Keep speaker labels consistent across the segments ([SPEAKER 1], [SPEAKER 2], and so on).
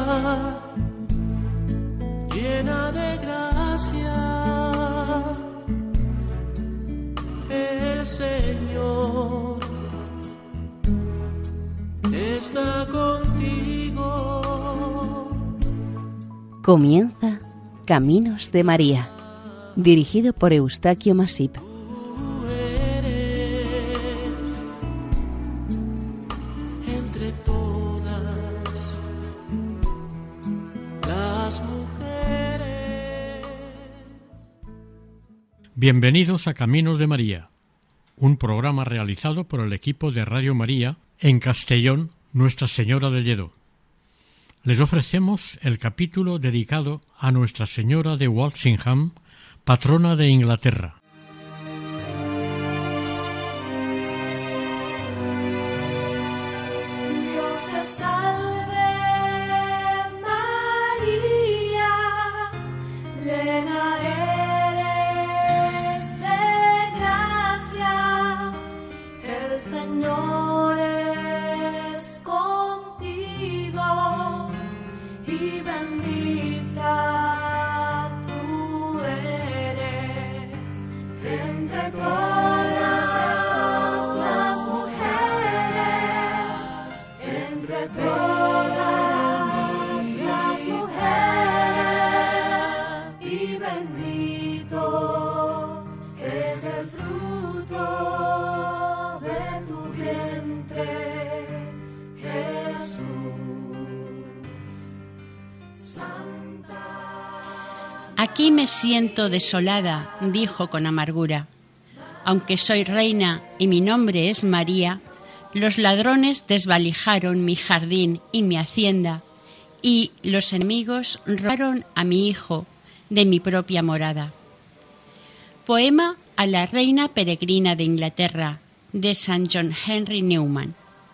[SPEAKER 1] llena de gracia, el Señor está contigo.
[SPEAKER 2] Comienza Caminos de María, dirigido por Eustaquio Masip.
[SPEAKER 3] Bienvenidos a Caminos de María, un programa realizado por el equipo de Radio María en Castellón, Nuestra Señora del Lledó. Les ofrecemos el capítulo dedicado a Nuestra Señora de Walsingham, patrona de Inglaterra.
[SPEAKER 4] Aquí me siento desolada, dijo con amargura. Aunque soy reina y mi nombre es María, los ladrones desvalijaron mi jardín y mi hacienda, y los enemigos robaron a mi hijo de mi propia morada. Poema a la reina peregrina de Inglaterra, de Sir John Henry Newman.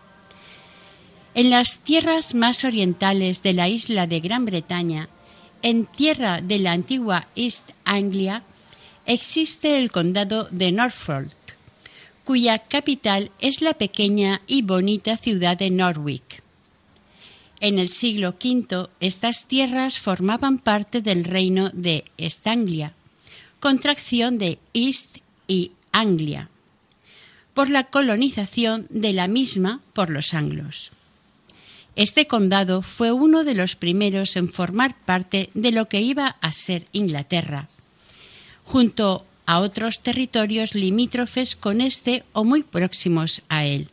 [SPEAKER 4] En las tierras más orientales de la isla de Gran Bretaña, en tierra de la antigua East Anglia, existe el condado de Norfolk, cuya capital es la pequeña y bonita ciudad de Norwich. En el siglo V, estas tierras formaban parte del reino de East Anglia, contracción de East y Anglia, por la colonización de la misma por los anglos. Este condado fue uno de los primeros en formar parte de lo que iba a ser Inglaterra, junto a otros territorios limítrofes con este o muy próximos a él.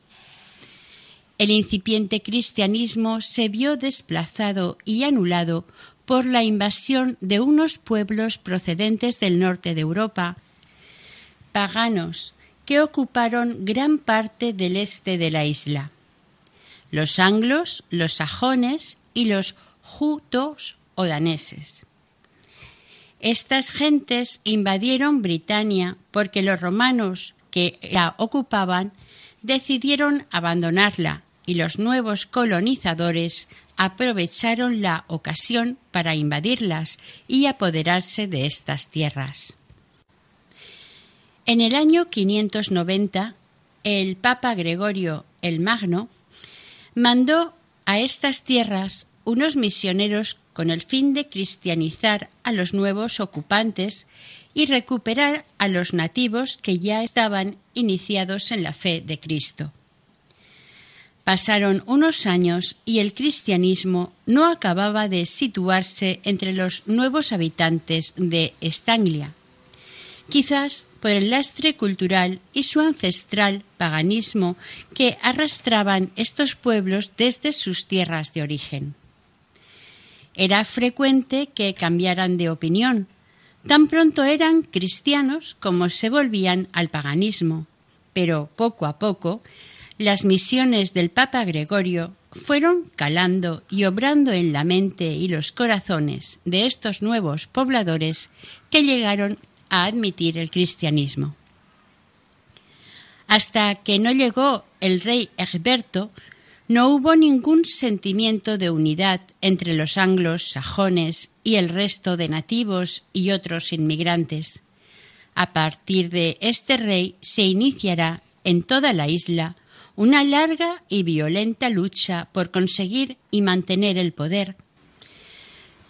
[SPEAKER 4] El incipiente cristianismo se vio desplazado y anulado por la invasión de unos pueblos procedentes del norte de Europa, paganos, que ocuparon gran parte del este de la isla. Los anglos, los sajones y los jutos o daneses. Estas gentes invadieron Britania porque los romanos que la ocupaban decidieron abandonarla y los nuevos colonizadores aprovecharon la ocasión para invadirlas y apoderarse de estas tierras. En el año 590, el Papa Gregorio el Magno mandó a estas tierras unos misioneros con el fin de cristianizar a los nuevos ocupantes y recuperar a los nativos que ya estaban iniciados en la fe de Cristo. Pasaron unos años y el cristianismo no acababa de situarse entre los nuevos habitantes de East Anglia, quizás por el lastre cultural y su ancestral paganismo que arrastraban estos pueblos desde sus tierras de origen. Era frecuente que cambiaran de opinión, tan pronto eran cristianos como se volvían al paganismo, pero poco a poco las misiones del Papa Gregorio fueron calando y obrando en la mente y los corazones de estos nuevos pobladores que llegaron a admitir el cristianismo. Hasta que no llegó el rey Egberto, no hubo ningún sentimiento de unidad entre los anglos, sajones y el resto de nativos y otros inmigrantes. A partir de este rey se iniciará en toda la isla una larga y violenta lucha por conseguir y mantener el poder,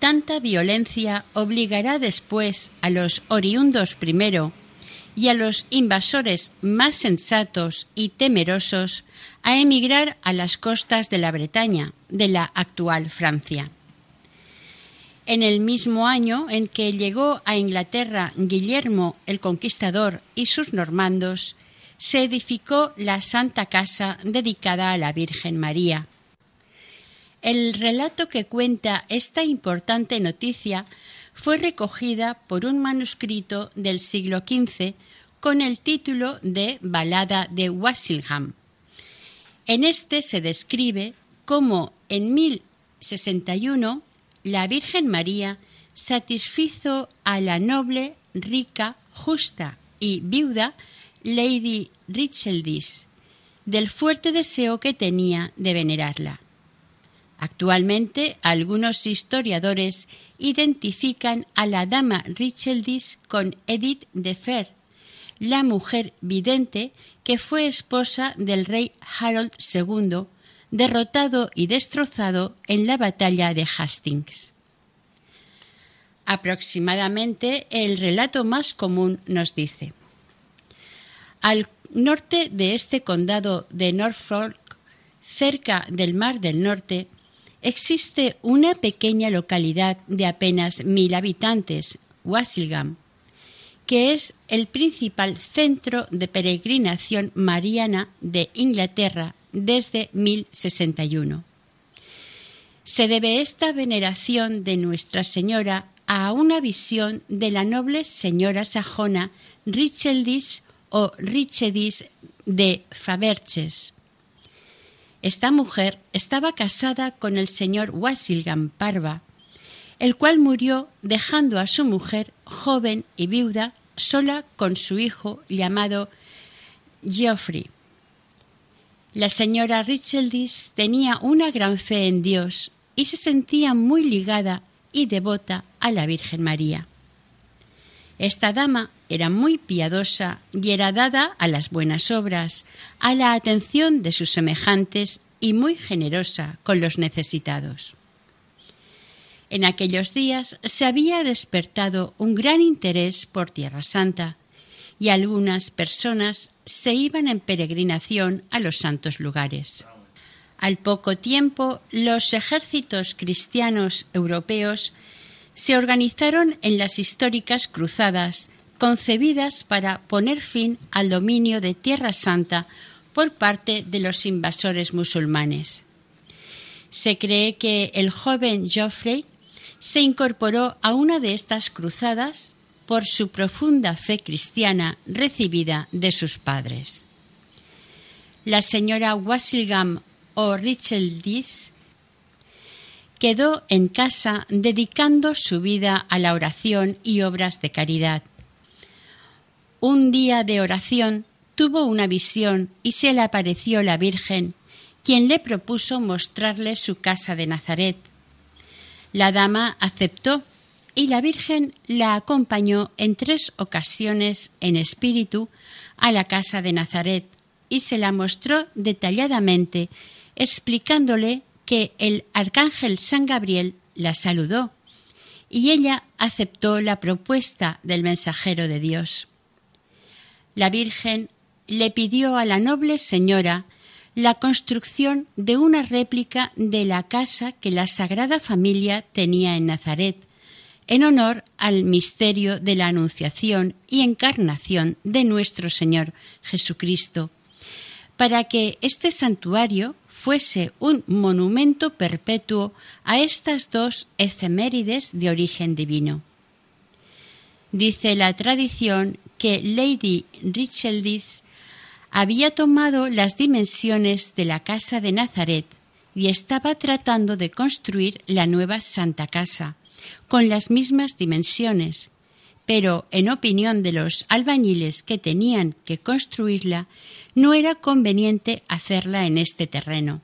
[SPEAKER 4] tanta violencia obligará después a los oriundos primero y a los invasores más sensatos y temerosos a emigrar a las costas de la Bretaña, de la actual Francia. En el mismo año en que llegó a Inglaterra Guillermo el Conquistador y sus normandos, se edificó la Santa Casa dedicada a la Virgen María. El relato que cuenta esta importante noticia fue recogida por un manuscrito del siglo XV con el título de Balada de Walsingham. En este se describe cómo en 1061 la Virgen María satisfizo a la noble, rica, justa y viuda Lady Richeldice del fuerte deseo que tenía de venerarla. Actualmente, algunos historiadores identifican a la dama Richeldice con Edith de Fer, la mujer vidente que fue esposa del rey Harold II, derrotado y destrozado en la batalla de Hastings. Aproximadamente el relato más común nos dice: al norte de este condado de Norfolk, cerca del Mar del Norte, existe una pequeña localidad de apenas 1000 habitantes, Walsingham, que es el principal centro de peregrinación mariana de Inglaterra desde 1061. Se debe esta veneración de Nuestra Señora a una visión de la noble señora sajona Richeldice o Richedis de Faverches. Esta mujer estaba casada con el señor Walsingham Parva, el cual murió dejando a su mujer, joven y viuda, sola con su hijo llamado Geoffrey. La señora Richeldice tenía una gran fe en Dios y se sentía muy ligada y devota a la Virgen María. Esta dama era muy piadosa y era dada a las buenas obras, a la atención de sus semejantes y muy generosa con los necesitados. En aquellos días se había despertado un gran interés por Tierra Santa y algunas personas se iban en peregrinación a los santos lugares. Al poco tiempo, los ejércitos cristianos europeos se organizaron en las históricas cruzadas, concebidas para poner fin al dominio de Tierra Santa por parte de los invasores musulmanes. Se cree que el joven Geoffrey se incorporó a una de estas cruzadas por su profunda fe cristiana recibida de sus padres. La señora Walsingham o Richeldice quedó en casa dedicando su vida a la oración y obras de caridad. Un día de oración tuvo una visión y se le apareció la Virgen, quien le propuso mostrarle su casa de Nazaret. La dama aceptó y la Virgen la acompañó en 3 ocasiones en espíritu a la casa de Nazaret y se la mostró detalladamente, explicándole que el arcángel San Gabriel la saludó y ella aceptó la propuesta del mensajero de Dios. La Virgen le pidió a la noble señora la construcción de una réplica de la casa que la Sagrada Familia tenía en Nazaret, en honor al misterio de la Anunciación y Encarnación de nuestro Señor Jesucristo, para que este santuario fuese un monumento perpetuo a estas 2 efemérides de origen divino. Dice la tradición que Lady Richeldice había tomado las dimensiones de la casa de Nazaret y estaba tratando de construir la nueva Santa Casa, con las mismas dimensiones, pero en opinión de los albañiles que tenían que construirla, no era conveniente hacerla en este terreno.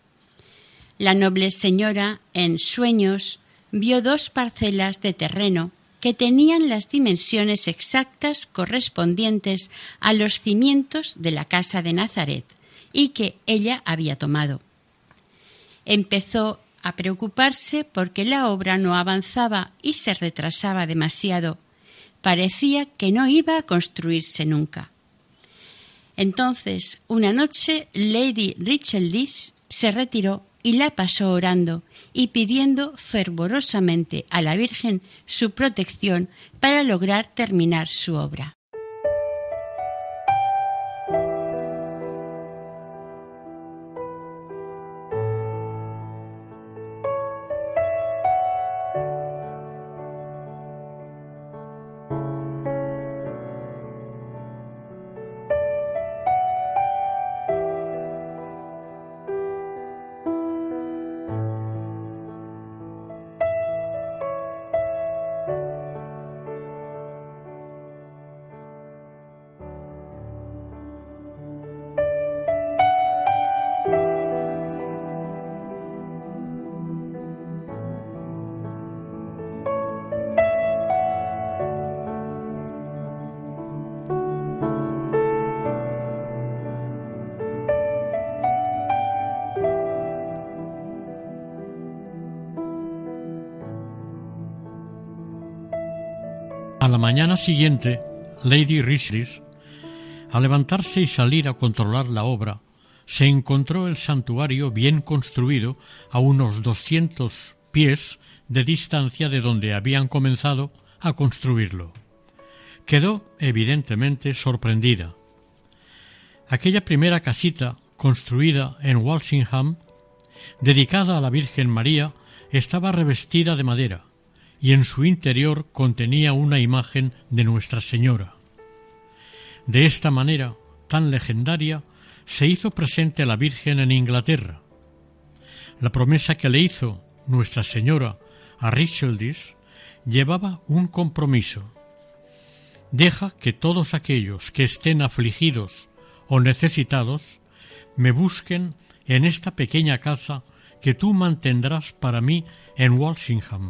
[SPEAKER 4] La noble señora, en sueños, vio 2 parcelas de terreno que tenían las dimensiones exactas correspondientes a los cimientos de la casa de Nazaret y que ella había tomado. Empezó a preocuparse porque la obra no avanzaba y se retrasaba demasiado. Parecía que no iba a construirse nunca. Entonces, una noche, Lady Richeldish se retiró y la pasó orando y pidiendo fervorosamente a la Virgen su protección para lograr terminar su obra.
[SPEAKER 3] A la mañana siguiente, Lady Richeldish, al levantarse y salir a controlar la obra, se encontró el santuario bien construido a unos 200 pies de distancia de donde habían comenzado a construirlo. Quedó evidentemente sorprendida. Aquella primera casita, construida en Walsingham, dedicada a la Virgen María, estaba revestida de madera, y en su interior contenía una imagen de Nuestra Señora. De esta manera tan legendaria se hizo presente la Virgen en Inglaterra. La promesa que le hizo Nuestra Señora a Richeldish llevaba un compromiso: deja que todos aquellos que estén afligidos o necesitados me busquen en esta pequeña casa que tú mantendrás para mí en Walsingham,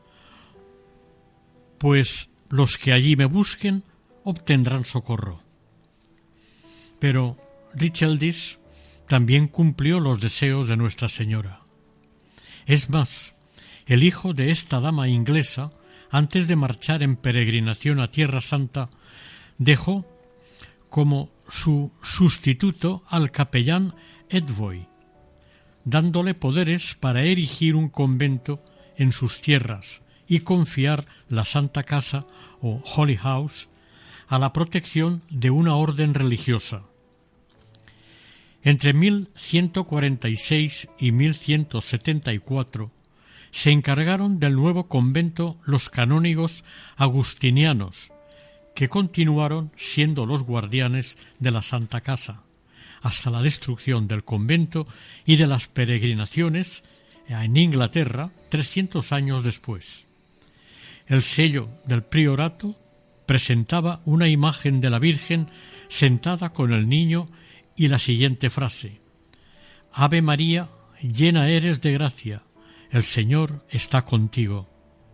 [SPEAKER 3] pues los que allí me busquen obtendrán socorro. Pero Richeldish también cumplió los deseos de Nuestra Señora. Es más, el hijo de esta dama inglesa, antes de marchar en peregrinación a Tierra Santa, dejó como su sustituto al capellán Edvoy, dándole poderes para erigir un convento en sus tierras y confiar la Santa Casa o Holy House a la protección de una orden religiosa. Entre 1146 y 1174 se encargaron del nuevo convento los canónigos agustinianos, que continuaron siendo los guardianes de la Santa Casa, hasta la destrucción del convento y de las peregrinaciones en Inglaterra 300 años después. El sello del priorato presentaba una imagen de la Virgen sentada con el niño y la siguiente frase: Ave María, llena eres de gracia, el Señor está contigo.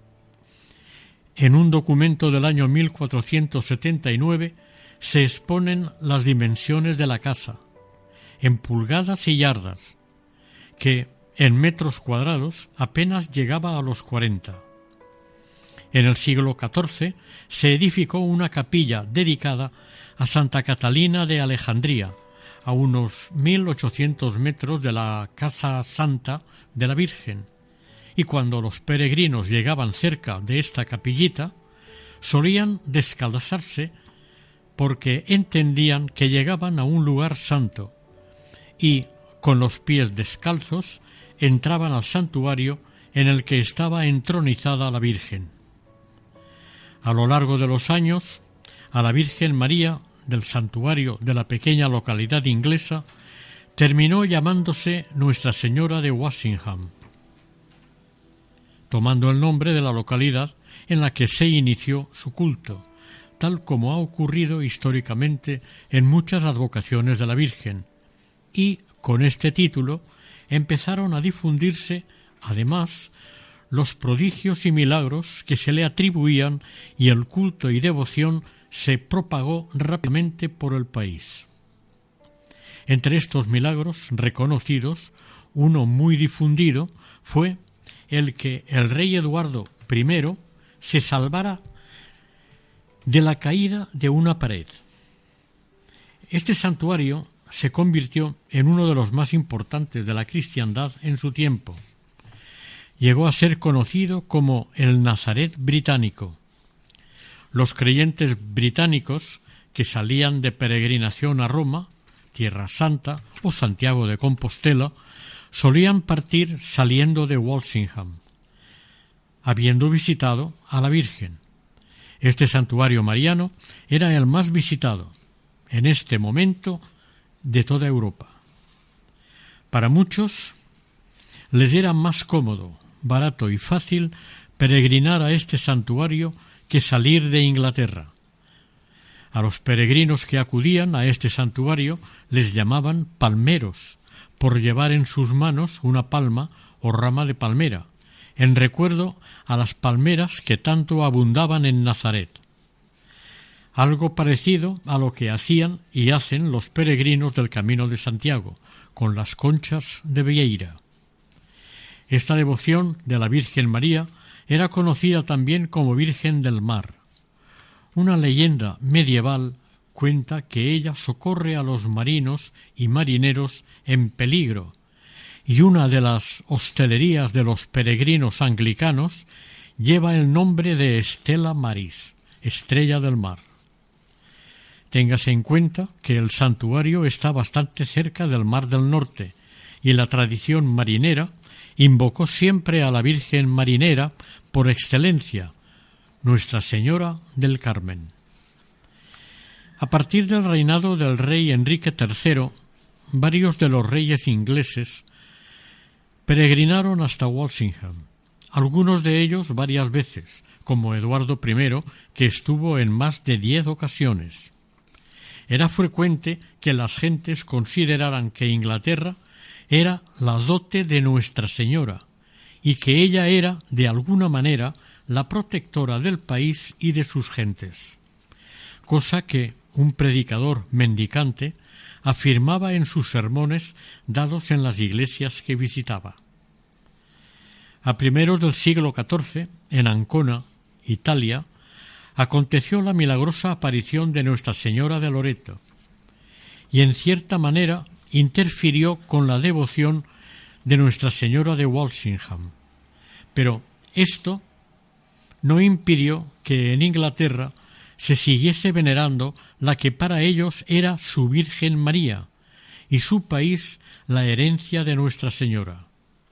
[SPEAKER 3] En un documento del año 1479 se exponen las dimensiones de la casa, en pulgadas y yardas, que en metros cuadrados apenas llegaba a los 40. En el siglo XIV se edificó una capilla dedicada a Santa Catalina de Alejandría, a unos 1800 metros de la Casa Santa de la Virgen, y cuando los peregrinos llegaban cerca de esta capillita, solían descalzarse porque entendían que llegaban a un lugar santo, y con los pies descalzos entraban al santuario en el que estaba entronizada la Virgen. A lo largo de los años, a la Virgen María del santuario de la pequeña localidad inglesa terminó llamándose Nuestra Señora de Walsingham, tomando el nombre de la localidad en la que se inició su culto, tal como ha ocurrido históricamente en muchas advocaciones de la Virgen, y con este título empezaron a difundirse, además, los prodigios y milagros que se le atribuían, y el culto y devoción se propagó rápidamente por el país. Entre estos milagros reconocidos, uno muy difundido fue el que el rey Eduardo I se salvara de la caída de una pared. Este santuario se convirtió en uno de los más importantes de la cristiandad en su tiempo. Llegó a ser conocido como el Nazaret británico. Los creyentes británicos que salían de peregrinación a Roma, Tierra Santa o Santiago de Compostela solían partir saliendo de Walsingham, habiendo visitado a la Virgen. Este santuario mariano era el más visitado en este momento de toda Europa. Para muchos les era más cómodo, barato y fácil peregrinar a este santuario que salir de Inglaterra. A los peregrinos que acudían a este santuario les llamaban palmeros, por llevar en sus manos una palma o rama de palmera, en recuerdo a las palmeras que tanto abundaban en Nazaret. Algo parecido a lo que hacían y hacen los peregrinos del Camino de Santiago, con las conchas de Vieira. Esta devoción de la Virgen María era conocida también como Virgen del Mar. Una leyenda medieval cuenta que ella socorre a los marinos y marineros en peligro, y una de las hostelerías de los peregrinos anglicanos lleva el nombre de Stella Maris, Estrella del Mar. Téngase en cuenta que el santuario está bastante cerca del Mar del Norte, y la tradición marinera invocó siempre a la Virgen marinera por excelencia, Nuestra Señora del Carmen. A partir del reinado del rey Enrique III, varios de los reyes ingleses peregrinaron hasta Walsingham, algunos de ellos varias veces, como Eduardo I, que estuvo en más de 10 ocasiones. Era frecuente que las gentes consideraran que Inglaterra era la dote de Nuestra Señora y que ella era, de alguna manera, la protectora del país y de sus gentes, cosa que un predicador mendicante afirmaba en sus sermones dados en las iglesias que visitaba. A primeros del siglo XIV, en Ancona, Italia, aconteció la milagrosa aparición de Nuestra Señora de Loreto, y en cierta manera interfirió con la devoción de Nuestra Señora de Walsingham. Pero esto no impidió que en Inglaterra se siguiese venerando la que para ellos era su Virgen María, y su país la herencia de Nuestra Señora.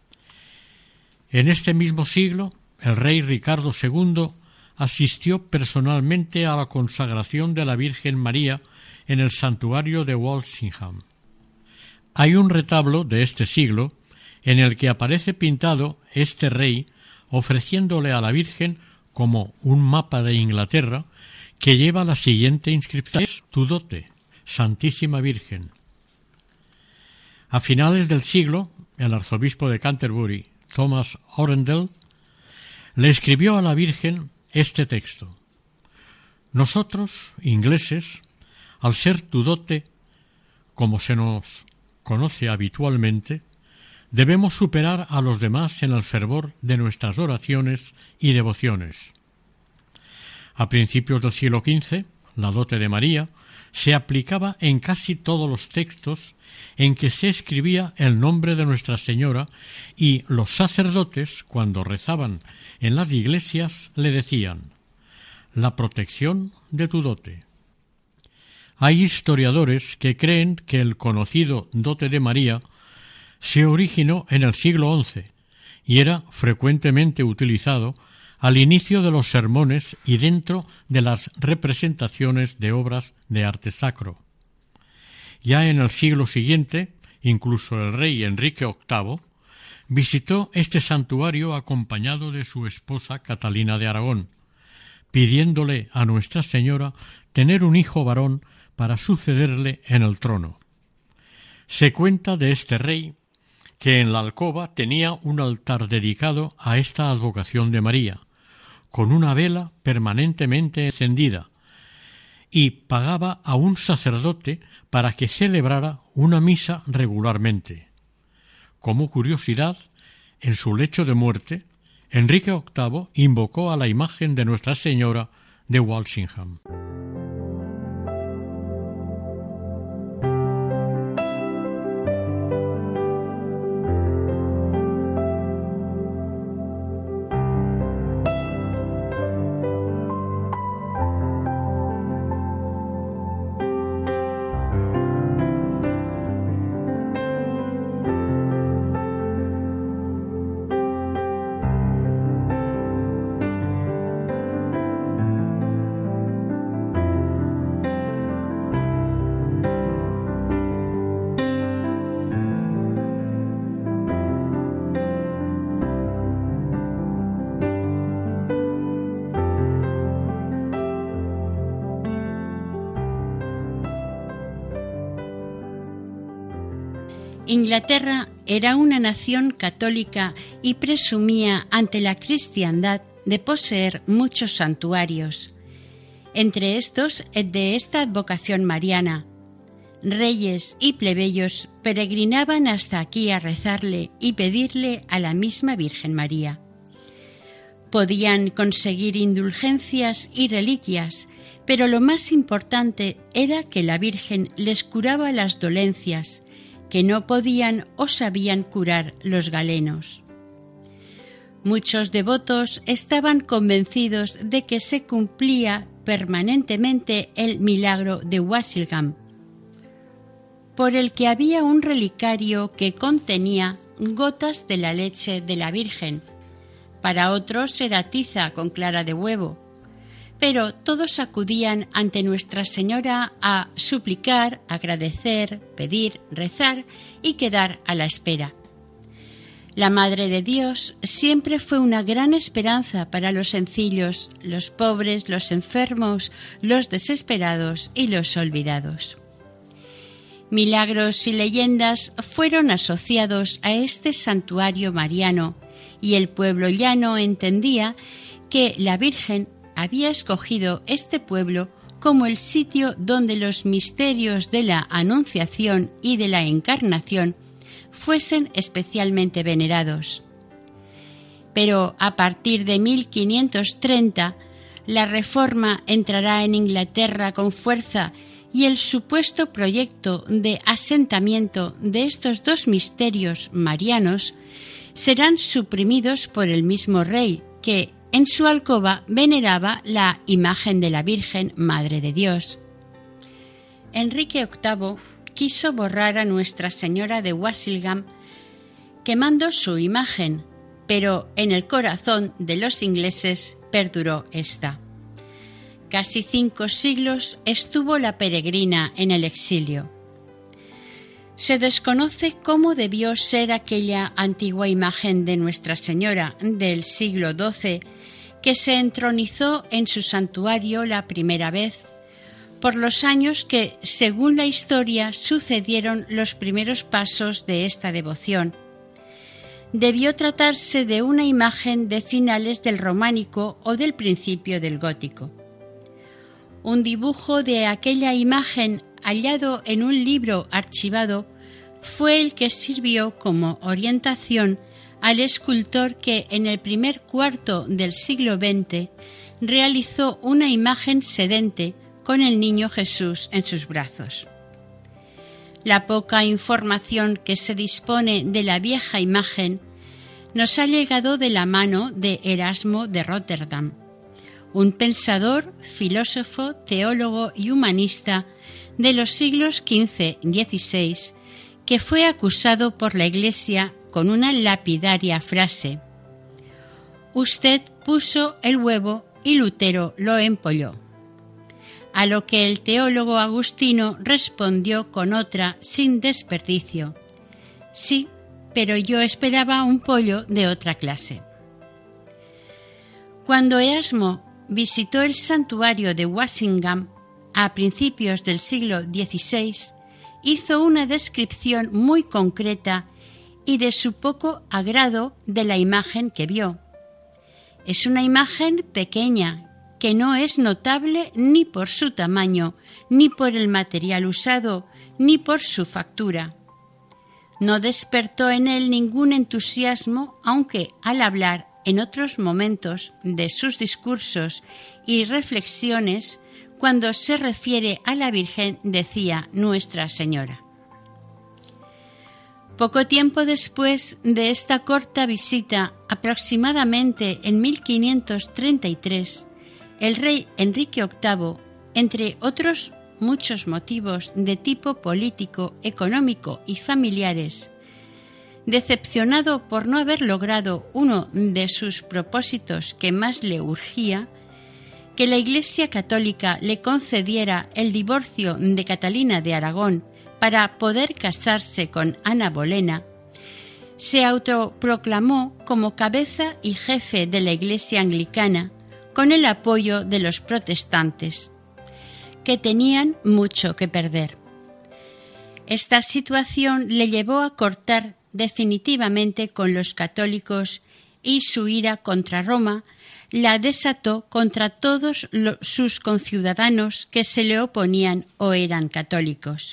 [SPEAKER 3] En este mismo siglo, el rey Ricardo II asistió personalmente a la consagración de la Virgen María en el santuario de Walsingham. Hay un retablo de este siglo en el que aparece pintado este rey ofreciéndole a la Virgen como un mapa de Inglaterra que lleva la siguiente inscripción: es tu dote, Santísima Virgen. A finales del siglo, el arzobispo de Canterbury, Thomas Arundel, le escribió a la Virgen este texto: nosotros, ingleses, al ser tu dote, como se nos conoce habitualmente, debemos superar a los demás en el fervor de nuestras oraciones y devociones. A principios del siglo XV, la dote de María se aplicaba en casi todos los textos en que se escribía el nombre de Nuestra Señora, y los sacerdotes, cuando rezaban en las iglesias, le decían: la protección de tu dote. Hay historiadores que creen que el conocido dote de María se originó en el siglo XI y era frecuentemente utilizado al inicio de los sermones y dentro de las representaciones de obras de arte sacro. Ya en el siglo siguiente, incluso el rey Enrique VIII visitó este santuario acompañado de su esposa Catalina de Aragón, pidiéndole a Nuestra Señora tener un hijo varón para sucederle en el trono. Se cuenta de este rey que en la alcoba tenía un altar dedicado a esta advocación de María, con una vela permanentemente encendida, y pagaba a un sacerdote para que celebrara una misa regularmente. Como curiosidad, en su lecho de muerte, Enrique VIII invocó a la imagen de Nuestra Señora de Walsingham.
[SPEAKER 4] Inglaterra era una nación católica y presumía ante la cristiandad de poseer muchos santuarios, entre estos el de esta advocación mariana. Reyes y plebeyos peregrinaban hasta aquí a rezarle y pedirle a la misma Virgen María. Podían conseguir indulgencias y reliquias, pero lo más importante era que la Virgen les curaba las dolencias que no podían o sabían curar los galenos. Muchos devotos estaban convencidos de que se cumplía permanentemente el milagro de Walsingham, por el que había un relicario que contenía gotas de la leche de la Virgen. Para otros era tiza con clara de huevo, pero todos acudían ante Nuestra Señora a suplicar, agradecer, pedir, rezar y quedar a la espera. La Madre de Dios siempre fue una gran esperanza para los sencillos, los pobres, los enfermos, los desesperados y los olvidados. Milagros y leyendas fueron asociados a este santuario mariano y el pueblo llano entendía que la Virgen había escogido este pueblo como el sitio donde los misterios de la Anunciación y de la Encarnación fuesen especialmente venerados. Pero a partir de 1530, la Reforma entrará en Inglaterra con fuerza y el supuesto proyecto de asentamiento de estos dos misterios marianos serán suprimidos por el mismo rey que, en su alcoba, veneraba la imagen de la Virgen Madre de Dios. Enrique VIII quiso borrar a Nuestra Señora de Walsingham quemando su imagen, pero en el corazón de los ingleses perduró esta. Casi 5 siglos estuvo la peregrina en el exilio. Se desconoce cómo debió ser aquella antigua imagen de Nuestra Señora del siglo XII que se entronizó en su santuario la primera vez, por los años que, según la historia, sucedieron los primeros pasos de esta devoción. Debió tratarse de una imagen de finales del románico o del principio del gótico. Un dibujo de aquella imagen hallado en un libro archivado fue el que sirvió como orientación al escultor que en el primer cuarto del siglo XX realizó una imagen sedente con el niño Jesús en sus brazos. La poca información que se dispone de la vieja imagen nos ha llegado de la mano de Erasmo de Róterdam, un pensador, filósofo, teólogo y humanista de los siglos XV y XVI, que fue acusado por la Iglesia con una lapidaria frase: «Usted puso el huevo y Lutero lo empolló», a lo que el teólogo agustino respondió con otra sin desperdicio: «Sí, pero yo esperaba un pollo de otra clase». Cuando Erasmo visitó el santuario de Walsingham a principios del siglo XVI, hizo una descripción muy concreta y de su poco agrado de la imagen que vio. Es una imagen pequeña, que no es notable ni por su tamaño, ni por el material usado, ni por su factura. No despertó en él ningún entusiasmo, aunque al hablar en otros momentos de sus discursos y reflexiones, cuando se refiere a la Virgen, decía Nuestra Señora. Poco tiempo después de esta corta visita, aproximadamente en 1533, el rey Enrique VIII, entre otros muchos motivos de tipo político, económico y familiares, decepcionado por no haber logrado uno de sus propósitos que más le urgía, que la Iglesia Católica le concediera el divorcio de Catalina de Aragón para poder casarse con Ana Bolena, se autoproclamó como cabeza y jefe de la Iglesia anglicana con el apoyo de los protestantes, que tenían mucho que perder. Esta situación le llevó a cortar definitivamente con los católicos y su ira contra Roma la desató contra todos sus conciudadanos que se le oponían o eran católicos.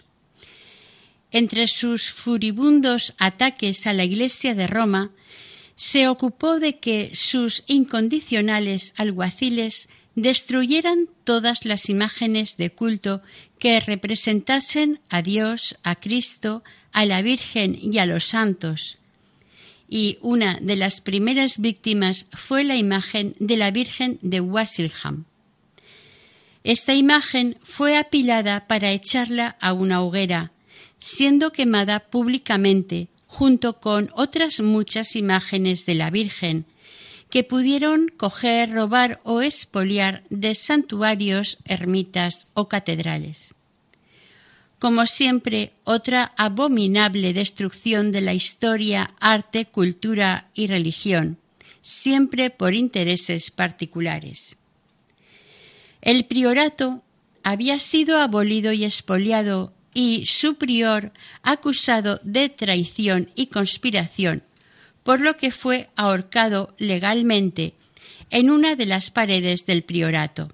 [SPEAKER 4] Entre sus furibundos ataques a la Iglesia de Roma, se ocupó de que sus incondicionales alguaciles destruyeran todas las imágenes de culto que representasen a Dios, a Cristo, a la Virgen y a los santos. Y una de las primeras víctimas fue la imagen de la Virgen de Walsingham. Esta imagen fue apilada para echarla a una hoguera, siendo quemada públicamente junto con otras muchas imágenes de la Virgen, que pudieron coger, robar o expoliar de santuarios, ermitas o catedrales. Como siempre, otra abominable destrucción de la historia, arte, cultura y religión, siempre por intereses particulares. El priorato había sido abolido y expoliado y su prior acusado de traición y conspiración, por lo que fue ahorcado legalmente en una de las paredes del priorato.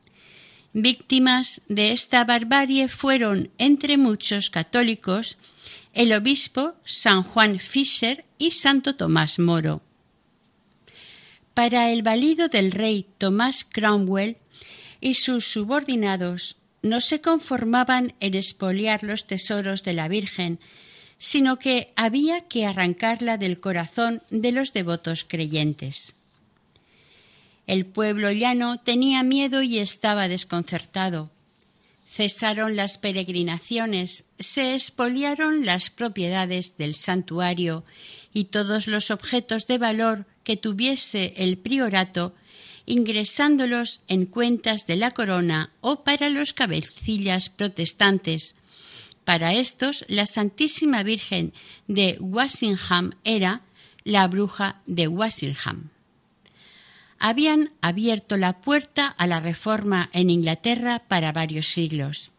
[SPEAKER 4] Víctimas de esta barbarie fueron, entre muchos católicos, el obispo San Juan Fisher y Santo Tomás Moro. Para el valido del rey Tomás Cromwell y sus subordinados no se conformaban en expoliar los tesoros de la Virgen, sino que había que arrancarla del corazón de los devotos creyentes. El pueblo llano tenía miedo y estaba desconcertado. Cesaron las peregrinaciones, se expoliaron las propiedades del santuario y todos los objetos de valor que tuviese el priorato, ingresándolos en cuentas de la corona o para los cabecillas protestantes. Para estos, la Santísima Virgen de Walsingham era la bruja de Walsingham. Habían abierto la puerta a la Reforma en Inglaterra para varios siglos.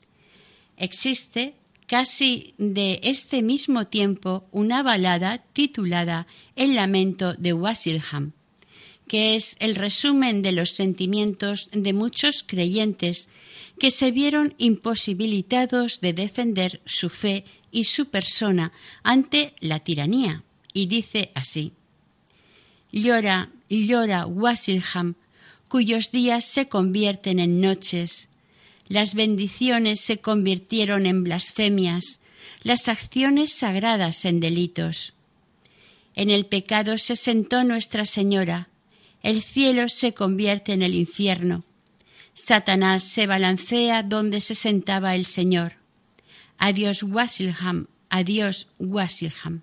[SPEAKER 4] Existe, casi de este mismo tiempo, una balada titulada El lamento de Walsingham, que es el resumen de los sentimientos de muchos creyentes que se vieron imposibilitados de defender su fe y su persona ante la tiranía, y dice así: Llora, llora Walsingham, cuyos días se convierten en noches. Las bendiciones se convirtieron en blasfemias, las acciones sagradas en delitos. En el pecado se sentó Nuestra Señora, el cielo se convierte en el infierno. Satanás se balancea donde se sentaba el Señor. Adiós Walsingham, adiós Walsingham.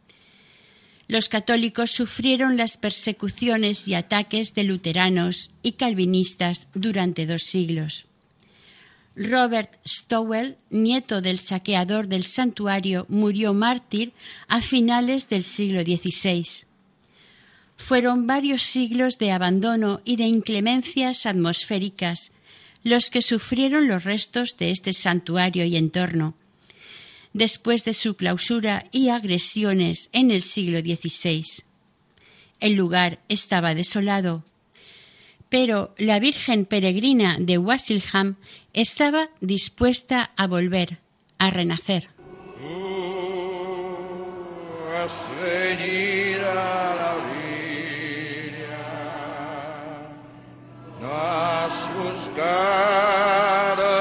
[SPEAKER 4] Los católicos sufrieron las persecuciones y ataques de luteranos y calvinistas durante 2 siglos. Robert Stowell, nieto del saqueador del santuario, murió mártir a finales del siglo XVI. Fueron varios siglos de abandono y de inclemencias atmosféricas los que sufrieron los restos de este santuario y entorno, después de su clausura y agresiones en el siglo XVI. El lugar estaba desolado, pero la Virgen Peregrina de Walsingham estaba dispuesta a volver, a renacer.
[SPEAKER 5] venir a la viña. No has buscado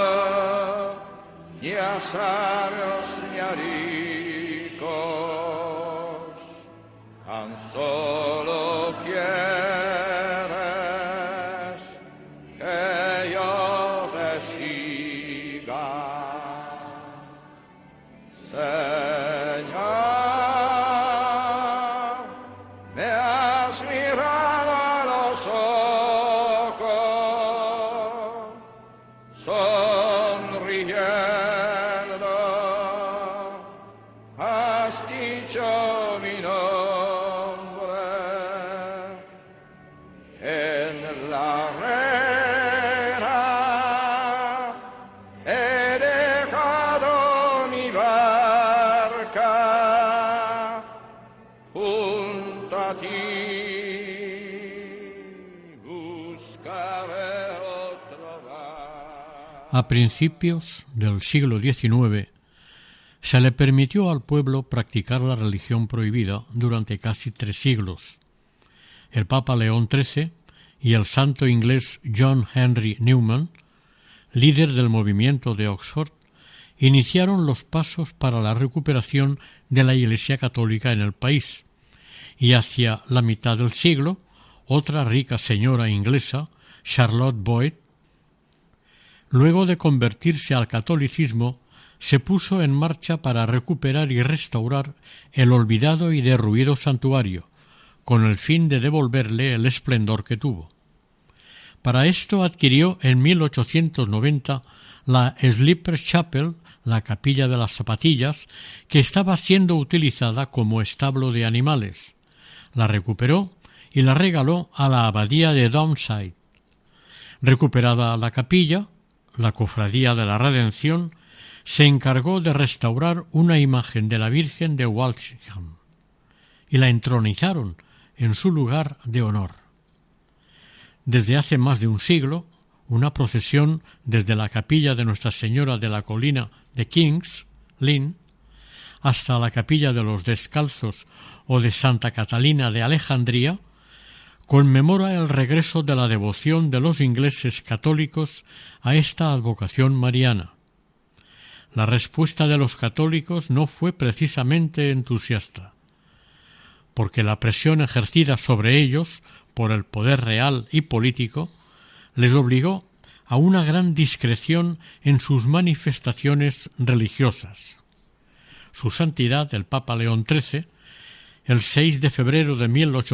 [SPEAKER 5] ni a sabios ni a ricos, tan solo quieres que yo te siga. Señor, me has mirado a los ojos, sonriendo, has dicho mi nombre en la arena, he dejado mi barca junto a ti, buscaré otro mar.
[SPEAKER 3] A principios del siglo XIX se le permitió al pueblo practicar la religión prohibida durante casi 3 siglos. El Papa León XIII y el santo inglés John Henry Newman, líder del movimiento de Oxford, iniciaron los pasos para la recuperación de la Iglesia católica en el país, y hacia la mitad del siglo, otra rica señora inglesa, Charlotte Boyd, luego de convertirse al catolicismo, se puso en marcha para recuperar y restaurar el olvidado y derruido santuario, con el fin de devolverle el esplendor que tuvo. Para esto adquirió en 1890 la Sleeper Chapel, la capilla de las zapatillas, que estaba siendo utilizada como establo de animales. La recuperó y la regaló a la abadía de Downside. Recuperada la capilla, la Cofradía de la Redención se encargó de restaurar una imagen de la Virgen de Walsingham y la entronizaron en su lugar de honor. Desde hace más de un siglo, una procesión desde la capilla de Nuestra Señora de la Colina de King's Lynn hasta la capilla de los Descalzos o de Santa Catalina de Alejandría conmemora el regreso de la devoción de los ingleses católicos a esta advocación mariana. La respuesta de los católicos no fue precisamente entusiasta, porque la presión ejercida sobre ellos por el poder real y político les obligó a una gran discreción en sus manifestaciones religiosas. Su Santidad, el Papa León XIII, el 6 de febrero de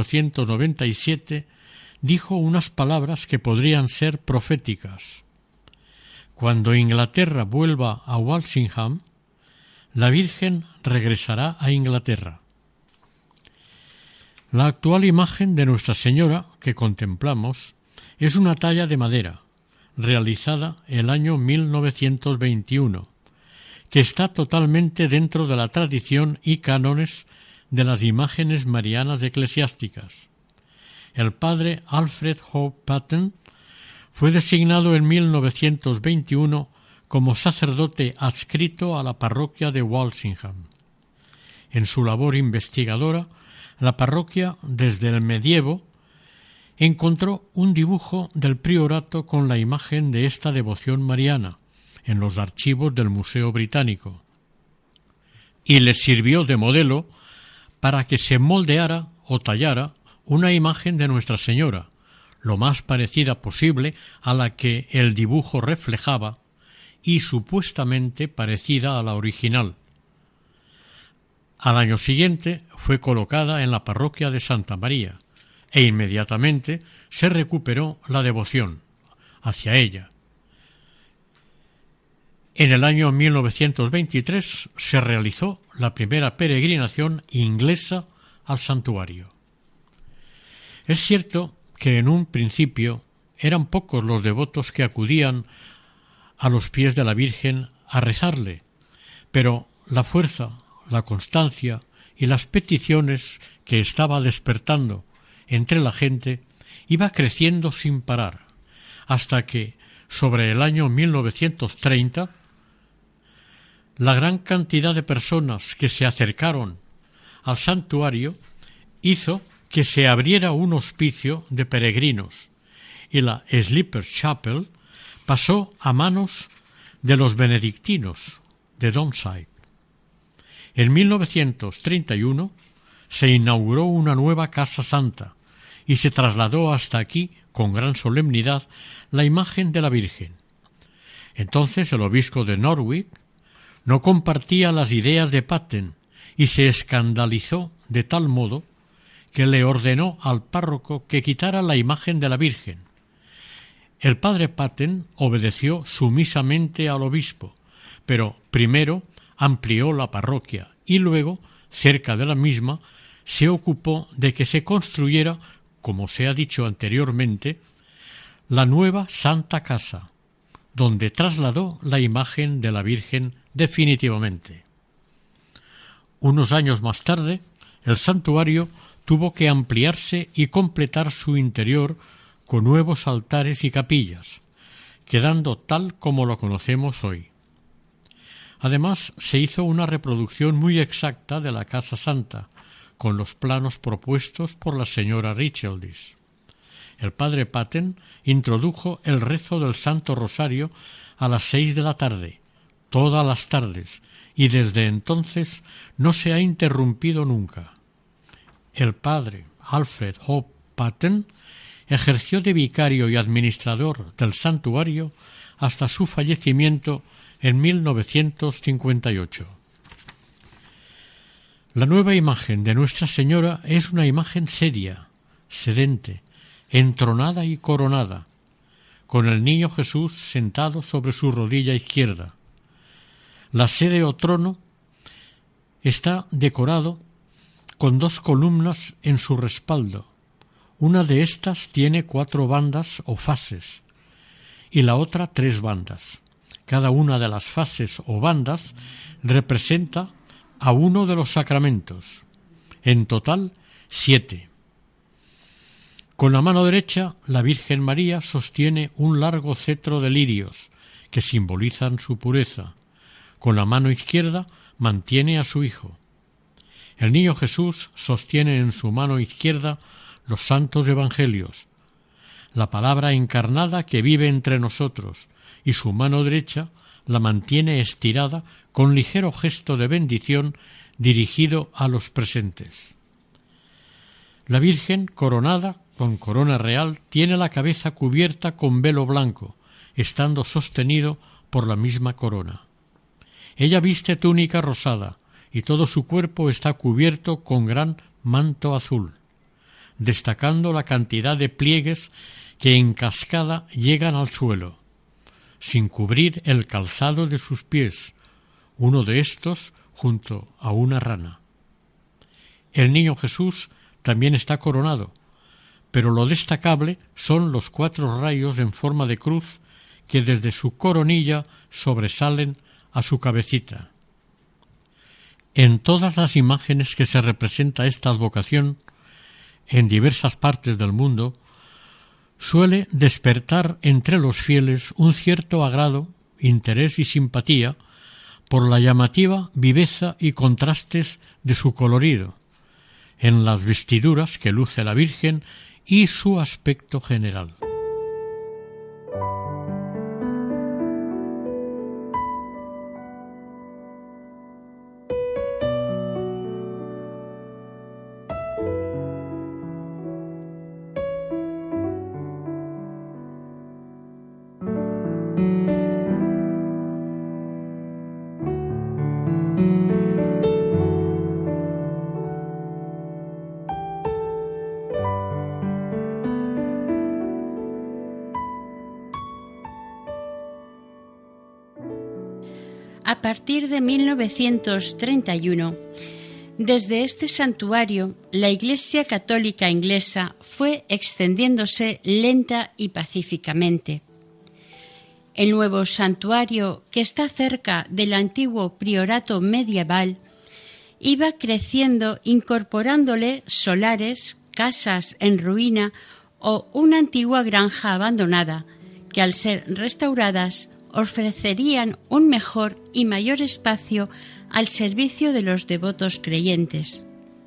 [SPEAKER 3] 1897, dijo unas palabras que podrían ser proféticas. Cuando Inglaterra vuelva a Walsingham, la Virgen regresará a Inglaterra. La actual imagen de Nuestra Señora que contemplamos es una talla de madera, realizada el año 1921, que está totalmente dentro de la tradición y cánones de las imágenes marianas eclesiásticas. El padre Alfred Hope Patten fue designado en 1921 como sacerdote adscrito a la parroquia de Walsingham. En su labor investigadora, la parroquia, desde el medievo, encontró un dibujo del priorato con la imagen de esta devoción mariana en los archivos del Museo Británico, y le sirvió de modelo para que se moldeara o tallara una imagen de Nuestra Señora, lo más parecida posible a la que el dibujo reflejaba y supuestamente parecida a la original. Al año siguiente fue colocada en la parroquia de Santa María e inmediatamente se recuperó la devoción hacia ella. En el año 1923 se realizó la primera peregrinación inglesa al santuario. Es cierto que en un principio eran pocos los devotos que acudían a los pies de la Virgen a rezarle, pero la fuerza, la constancia y las peticiones que estaba despertando entre la gente iba creciendo sin parar, hasta que, sobre el año 1930, la gran cantidad de personas que se acercaron al santuario hizo que se abriera un hospicio de peregrinos y la Sleeper Chapel pasó a manos de los benedictinos de Donside. En 1931 se inauguró una nueva Casa Santa y se trasladó hasta aquí con gran solemnidad la imagen de la Virgen. Entonces el obispo de Norwich no compartía las ideas de Patten y se escandalizó de tal modo que le ordenó al párroco que quitara la imagen de la Virgen. El padre Patten obedeció sumisamente al obispo, pero primero amplió la parroquia y luego, cerca de la misma, se ocupó de que se construyera, como se ha dicho anteriormente, la nueva Santa Casa, donde trasladó la imagen de la Virgen definitivamente. Unos años más tarde, el santuario tuvo que ampliarse y completar su interior con nuevos altares y capillas, quedando tal como lo conocemos hoy. Además, se hizo una reproducción muy exacta de la Casa Santa, con los planos propuestos por la señora Richeldis. El padre Patten introdujo el rezo del Santo Rosario a las 6 de la tarde, todas las tardes, y desde entonces no se ha interrumpido nunca. El padre Alfred Hope Patten ejerció de vicario y administrador del santuario hasta su fallecimiento en 1958. La nueva imagen de Nuestra Señora es una imagen seria, sedente, entronada y coronada, con el niño Jesús sentado sobre su rodilla izquierda. La sede o trono está decorado con 2 columnas en su respaldo. Una de estas tiene 4 bandas o fases y la otra 3 bandas. Cada una de las fases o bandas representa a uno de los sacramentos. En total, 7. Con la mano derecha, la Virgen María sostiene un largo cetro de lirios que simbolizan su pureza. Con la mano izquierda mantiene a su Hijo. El niño Jesús sostiene en su mano izquierda los santos evangelios, la palabra encarnada que vive entre nosotros, y su mano derecha la mantiene estirada con ligero gesto de bendición dirigido a los presentes. La Virgen, coronada con corona real, tiene la cabeza cubierta con velo blanco, estando sostenido por la misma corona. Ella viste túnica rosada, y todo su cuerpo está cubierto con gran manto azul, destacando la cantidad de pliegues que en cascada llegan al suelo, sin cubrir el calzado de sus pies, uno de estos junto a una rana. El niño Jesús también está coronado, pero lo destacable son los 4 rayos en forma de cruz que desde su coronilla sobresalen a su cabecita. En todas las imágenes que se representa esta advocación, en diversas partes del mundo, suele despertar entre los fieles un cierto agrado, interés y simpatía por la llamativa viveza y contrastes de su colorido, en las vestiduras que luce la Virgen y su aspecto general.
[SPEAKER 4] A partir de 1931, desde este santuario, la Iglesia Católica inglesa fue extendiéndose lenta y pacíficamente. El nuevo santuario, que está cerca del antiguo priorato medieval, iba creciendo incorporándole solares, casas en ruina o una antigua granja abandonada, que al ser restauradas ofrecerían un mejor y mayor espacio al servicio de los devotos creyentes.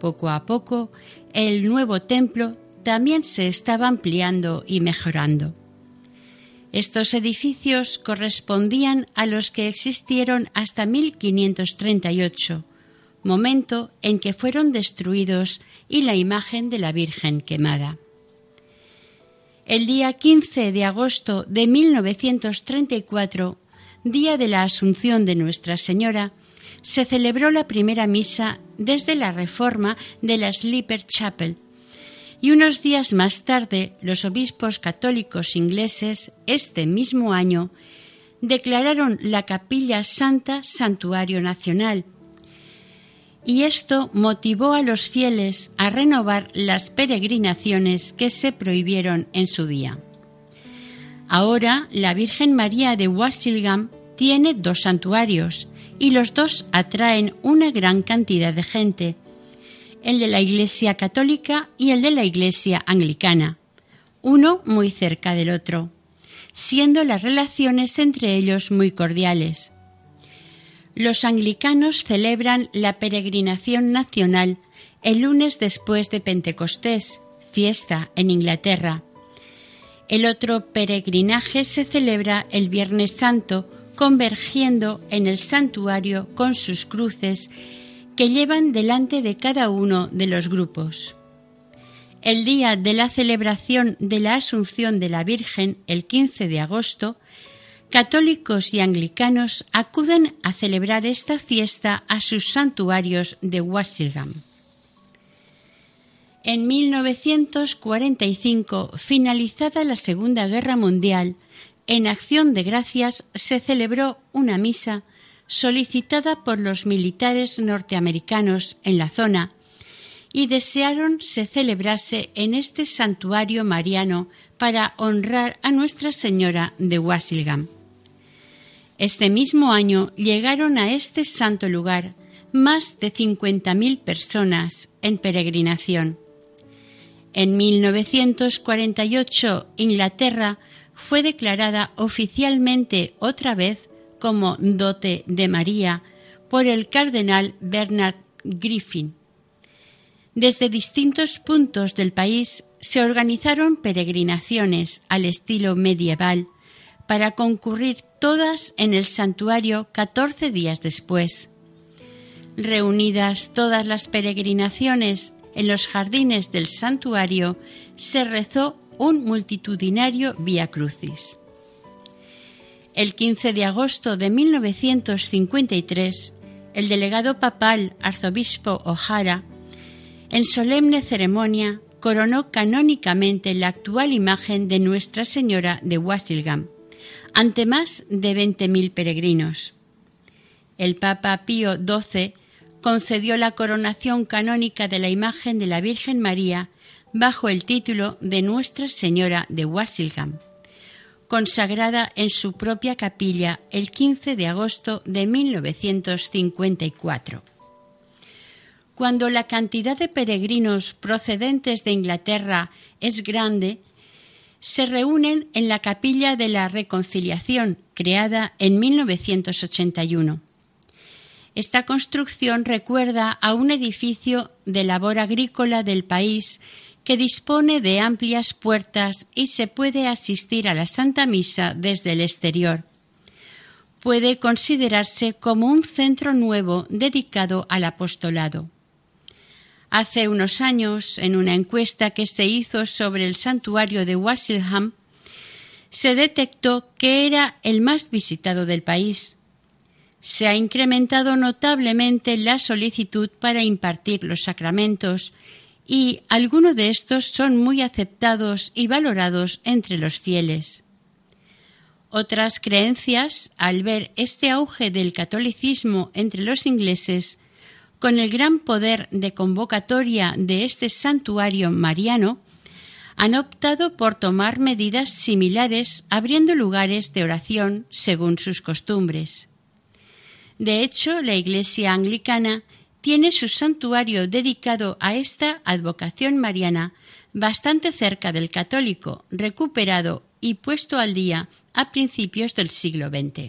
[SPEAKER 4] poco a poco, el nuevo templo también se estaba ampliando y mejorando. Estos edificios correspondían a los que existieron hasta 1538, momento en que fueron destruidos y la imagen de la Virgen quemada. El día 15 de agosto de 1934, día de la Asunción de Nuestra Señora, se celebró la primera misa desde la reforma de la Sleeper Chapel, y unos días más tarde los obispos católicos ingleses, este mismo año, declararon la Capilla Santa Santuario Nacional, y esto motivó a los fieles a renovar las peregrinaciones que se prohibieron en su día. Ahora la Virgen María de Walsingham tiene 2 santuarios y los 2 atraen una gran cantidad de gente, el de la Iglesia Católica y el de la Iglesia Anglicana, uno muy cerca del otro, siendo las relaciones entre ellos muy cordiales. Los anglicanos celebran la peregrinación nacional el lunes después de Pentecostés, fiesta en Inglaterra. El otro peregrinaje se celebra el Viernes Santo, convergiendo en el santuario con sus cruces que llevan delante de cada uno de los grupos. El día de la celebración de la Asunción de la Virgen, el 15 de agosto, católicos y anglicanos acuden a celebrar esta fiesta a sus santuarios de Walsingham. En 1945, finalizada la Segunda Guerra Mundial, en acción de gracias se celebró una misa solicitada por los militares norteamericanos en la zona y desearon se celebrase en este santuario mariano para honrar a Nuestra Señora de Walsingham. Este mismo año llegaron a este santo lugar más de 50.000 personas en peregrinación. En 1948, Inglaterra fue declarada oficialmente otra vez como dote de María por el cardenal Bernard Griffin. Desde distintos puntos del país se organizaron peregrinaciones al estilo medieval para concurrir todas en el santuario 14 días después. Reunidas todas las peregrinaciones en los jardines del santuario, se rezó un multitudinario Vía Crucis. El 15 de agosto de 1953, el delegado papal arzobispo O'Hara, en solemne ceremonia, coronó canónicamente la actual imagen de Nuestra Señora de Walsingham, ante más de 20.000 peregrinos. El Papa Pío XII concedió la coronación canónica de la imagen de la Virgen María bajo el título de Nuestra Señora de Walsingham, consagrada en su propia capilla el 15 de agosto de 1954. Cuando la cantidad de peregrinos procedentes de Inglaterra es grande, se reúnen en la Capilla de la Reconciliación, creada en 1981. Esta construcción recuerda a un edificio de labor agrícola del país que dispone de amplias puertas y se puede asistir a la Santa Misa desde el exterior. Puede considerarse como un centro nuevo dedicado al apostolado. Hace unos años, en una encuesta que se hizo sobre el santuario de Walsingham, se detectó que era el más visitado del país. Se ha incrementado notablemente la solicitud para impartir los sacramentos y algunos de estos son muy aceptados y valorados entre los fieles. Otras creencias, al ver este auge del catolicismo entre los ingleses, con el gran poder de convocatoria de este santuario mariano, han optado por tomar medidas similares abriendo lugares de oración según sus costumbres. De hecho, la Iglesia anglicana tiene su santuario dedicado a esta advocación mariana bastante cerca del católico, recuperado y puesto al día a principios del siglo XX.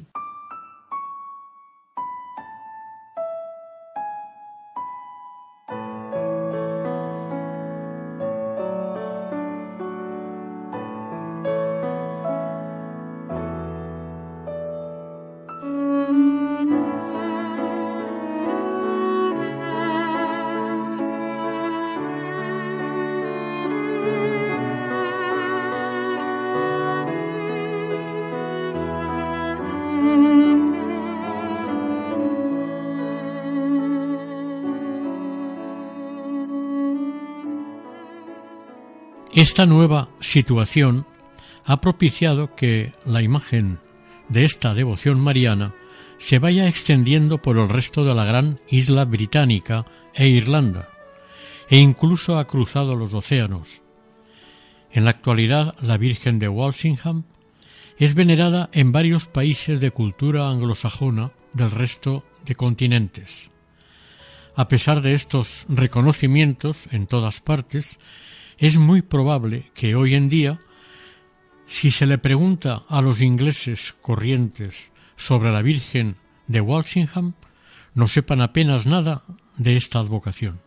[SPEAKER 3] Esta nueva situación ha propiciado que la imagen de esta devoción mariana se vaya extendiendo por el resto de la gran isla británica e Irlanda, e incluso ha cruzado los océanos. En la actualidad, la Virgen de Walsingham es venerada en varios países de cultura anglosajona del resto de continentes. A pesar de estos reconocimientos en todas partes, es muy probable que hoy en día, si se le pregunta a los ingleses corrientes sobre la Virgen de Walsingham, no sepan apenas nada de esta advocación.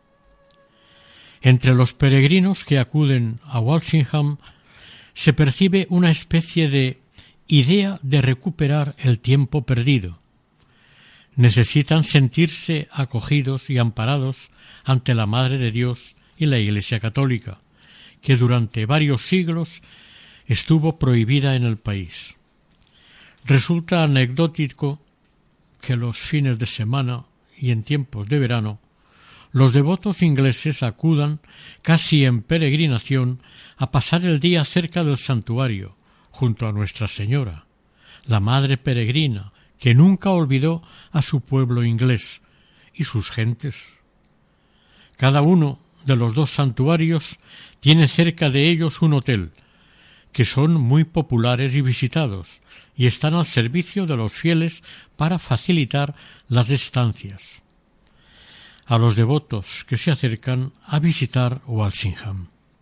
[SPEAKER 3] Entre los peregrinos que acuden a Walsingham se percibe una especie de idea de recuperar el tiempo perdido. Necesitan sentirse acogidos y amparados ante la Madre de Dios y la Iglesia Católica, que durante varios siglos estuvo prohibida en el país. Resulta anecdótico que los fines de semana y en tiempos de verano los devotos ingleses acudan casi en peregrinación a pasar el día cerca del santuario, junto a Nuestra Señora, la Madre Peregrina, que nunca olvidó a su pueblo inglés y sus gentes. Cada uno de los dos santuarios tiene cerca de ellos un hotel, que son muy populares y visitados, y están al servicio de los fieles para facilitar las estancias a los devotos que se acercan a visitar Walsingham.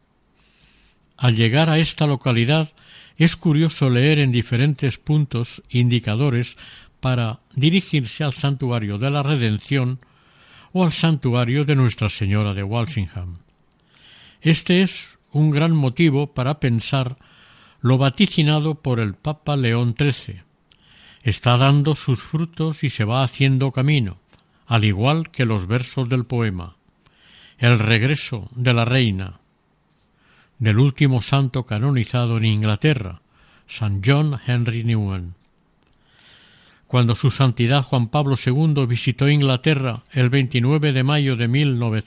[SPEAKER 3] Al llegar a esta localidad es curioso leer en diferentes puntos indicadores para dirigirse al santuario de la Redención o al santuario de Nuestra Señora de Walsingham. Este es un gran motivo para pensar lo vaticinado por el Papa León XIII. Está dando sus frutos y se va haciendo camino, al igual que los versos del poema. El regreso de la reina, del último santo canonizado en Inglaterra, San John Henry Newman. Cuando su santidad Juan Pablo II visitó Inglaterra el 29 de mayo de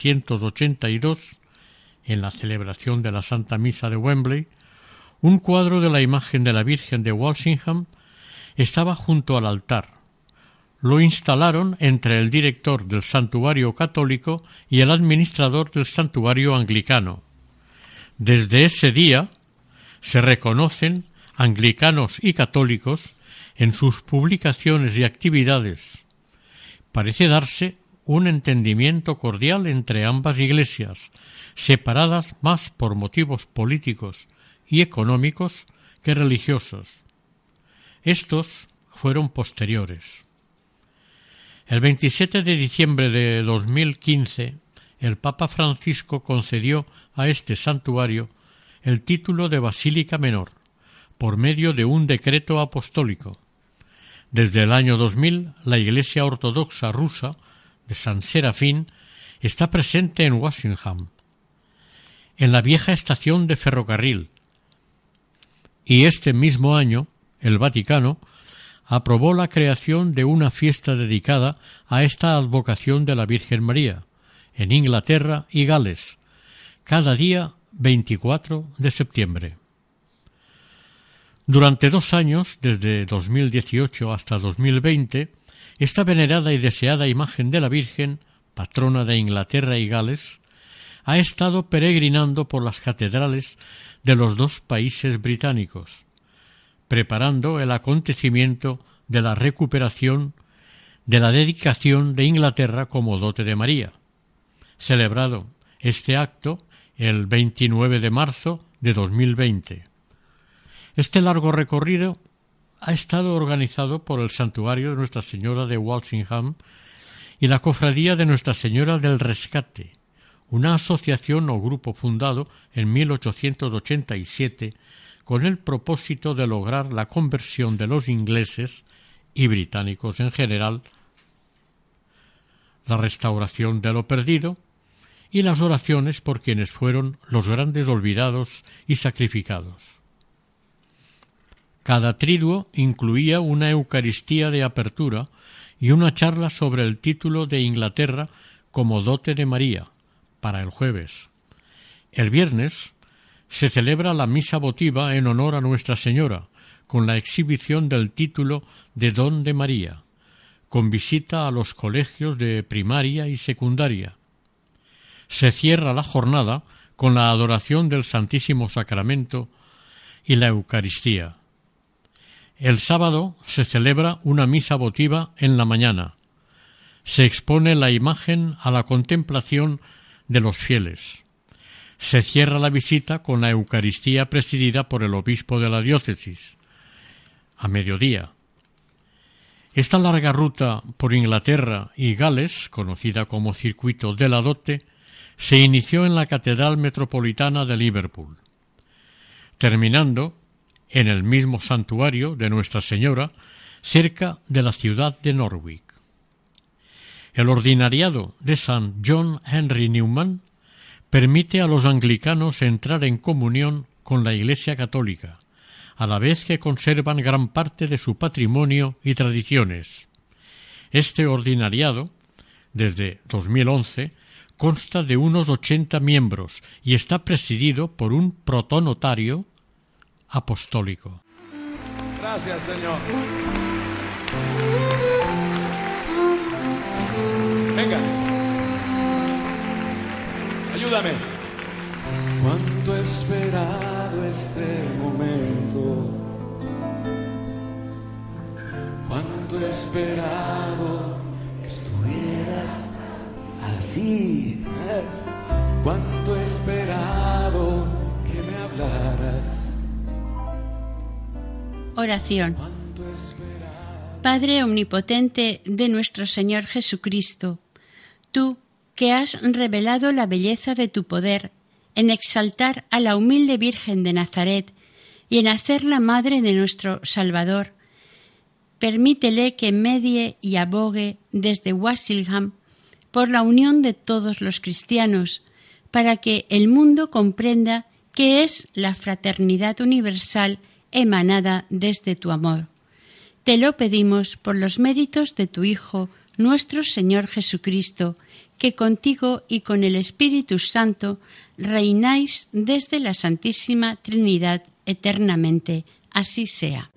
[SPEAKER 3] 1982, en la celebración de la Santa Misa de Wembley, un cuadro de la imagen de la Virgen de Walsingham estaba junto al altar. Lo instalaron entre el director del santuario católico y el administrador del santuario anglicano. Desde ese día se reconocen anglicanos y católicos en sus publicaciones y actividades. Parece darse un entendimiento cordial entre ambas iglesias, separadas más por motivos políticos y económicos que religiosos. Estos fueron posteriores. El 27 de diciembre de 2015, el Papa Francisco concedió a este santuario el título de Basílica Menor, por medio de un decreto apostólico. Desde el año 2000, la Iglesia Ortodoxa rusa de San Serafín está presente en Walsingham, en la vieja estación de ferrocarril, y este mismo año el Vaticano aprobó la creación de una fiesta dedicada a esta advocación de la Virgen María, en Inglaterra y Gales, cada día 24 de septiembre. Durante 2 años, desde 2018 hasta 2020, esta venerada y deseada imagen de la Virgen, patrona de Inglaterra y Gales, ha estado peregrinando por las catedrales de los 2 países británicos, preparando el acontecimiento de la recuperación de la dedicación de Inglaterra como dote de María, celebrado este acto el 29 de marzo de 2020. Este largo recorrido ha estado organizado por el Santuario de Nuestra Señora de Walsingham y la Cofradía de Nuestra Señora del Rescate, una asociación o grupo fundado en 1887 con el propósito de lograr la conversión de los ingleses y británicos en general, la restauración de lo perdido y las oraciones por quienes fueron los grandes olvidados y sacrificados. Cada triduo incluía una Eucaristía de apertura y una charla sobre el título de Inglaterra como dote de María para el jueves. El viernes se celebra la misa votiva en honor a Nuestra Señora, con la exhibición del título de Don de María, con visita a los colegios de primaria y secundaria. Se cierra la jornada con la adoración del Santísimo Sacramento y la Eucaristía. El sábado se celebra una misa votiva en la mañana. Se expone la imagen a la contemplación de los fieles. Se cierra la visita con la Eucaristía presidida por el obispo de la diócesis, a mediodía. Esta larga ruta por Inglaterra y Gales, conocida como Circuito de la Dote, se inició en la Catedral Metropolitana de Liverpool, terminando en el mismo santuario de Nuestra Señora, cerca de la ciudad de Norwich. El ordinariado de St. John Henry Newman permite a los anglicanos entrar en comunión con la Iglesia Católica, a la vez que conservan gran parte de su patrimonio y tradiciones. Este ordinariado, desde 2011, consta de unos 80 miembros y está presidido por un protonotario apostólico.
[SPEAKER 6] Gracias, Señor. Venga, ayúdame. Cuánto he esperado este momento, cuánto he esperado que estuvieras así, cuánto he esperado que me hablaras.
[SPEAKER 4] Oración. Padre omnipotente de nuestro Señor Jesucristo, tú que has revelado la belleza de tu poder en exaltar a la humilde Virgen de Nazaret y en hacerla madre de nuestro Salvador, permítele que medie y abogue desde Walsingham por la unión de todos los cristianos, para que el mundo comprenda qué es la fraternidad universal emanada desde tu amor. Te lo pedimos por los méritos de tu Hijo, nuestro Señor Jesucristo, que contigo y con el Espíritu Santo reináis desde la Santísima Trinidad eternamente. Así sea.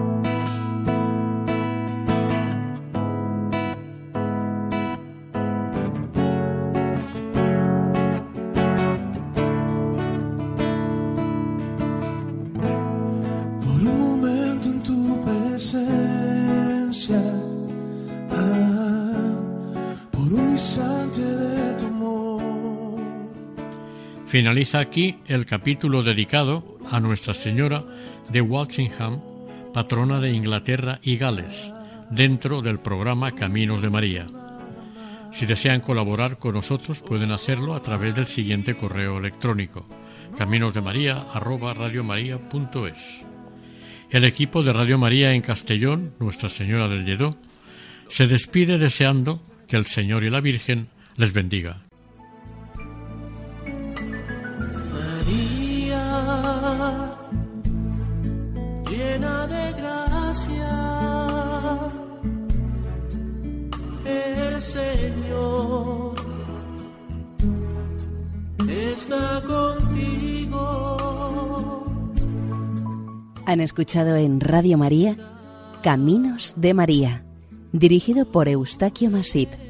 [SPEAKER 3] Finaliza aquí el capítulo dedicado a Nuestra Señora de Walsingham, patrona de Inglaterra y Gales, dentro del programa Caminos de María. Si desean colaborar con nosotros, pueden hacerlo a través del siguiente correo electrónico: caminosdemaria@radiomaria.es. El equipo de Radio María en Castellón, Nuestra Señora del Lledó, se despide deseando que el Señor y la Virgen les bendiga.
[SPEAKER 1] María, llena de gracia, el Señor está contigo.
[SPEAKER 2] Han escuchado en Radio María Caminos de María, dirigido por Eustaquio Masip.